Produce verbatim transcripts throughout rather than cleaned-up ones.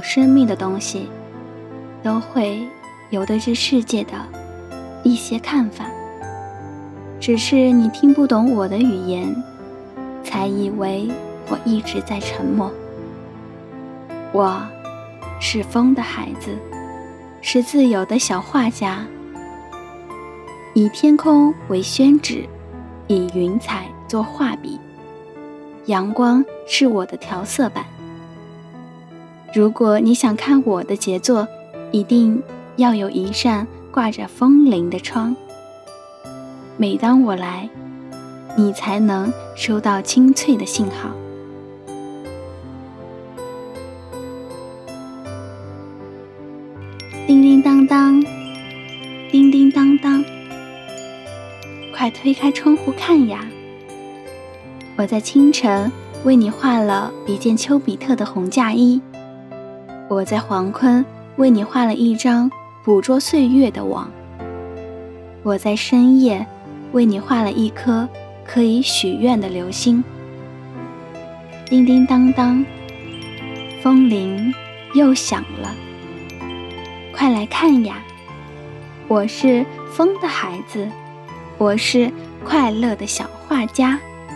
生命的东西，都会有对这世界的一些看法，只是你听不懂我的语言，才以为我一直在沉默。我是风的孩子，是自由的小画家，以天空为宣纸，以云彩做画笔，阳光是我的调色板。如果你想看我的杰作，一定要有一扇挂着风铃的窗。每当我来，你才能收到清脆的信号。叮叮当当，叮叮当当，快推开窗户看呀！我在清晨为你画了一件丘比特的红嫁衣，我在黄昏为你画了一张捕捉岁月的网，我在深夜为你画了一颗可以许愿的流星。叮叮当当，风铃又响了，快来看呀！我是风的孩子，我是快乐的小画家。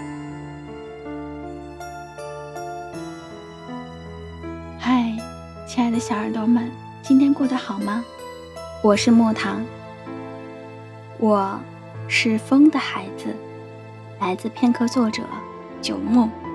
嗨，亲爱的小耳朵们，今天过得好吗？我是莫糖，我是风的孩子，来自片刻作者九牧。